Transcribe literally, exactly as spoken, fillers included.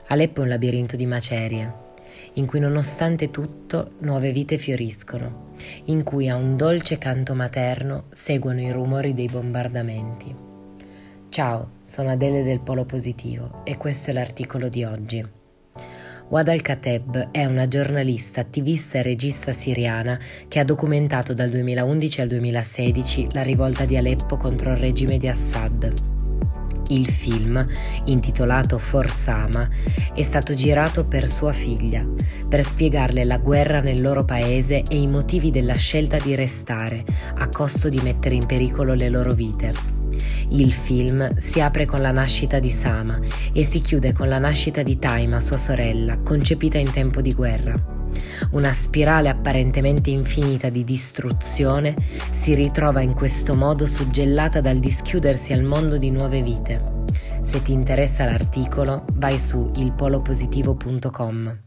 Aleppo è un labirinto di macerie, in cui nonostante tutto nuove vite fioriscono, in cui a un dolce canto materno seguono i rumori dei bombardamenti. Ciao, sono Adele del Polo Positivo e questo è l'articolo di oggi. Wada Al-Kateb è una giornalista, attivista e regista siriana che ha documentato dal duemilaundici al duemilasedici la rivolta di Aleppo contro il regime di Assad. Il film, intitolato For Sama, è stato girato per sua figlia, per spiegarle la guerra nel loro paese e i motivi della scelta di restare, a costo di mettere in pericolo le loro vite. Il film si apre con la nascita di Sama e si chiude con la nascita di Taima, sua sorella, concepita in tempo di guerra. Una spirale apparentemente infinita di distruzione si ritrova in questo modo suggellata dal dischiudersi al mondo di nuove vite. Se ti interessa l'articolo, vai su il polo positivo punto com.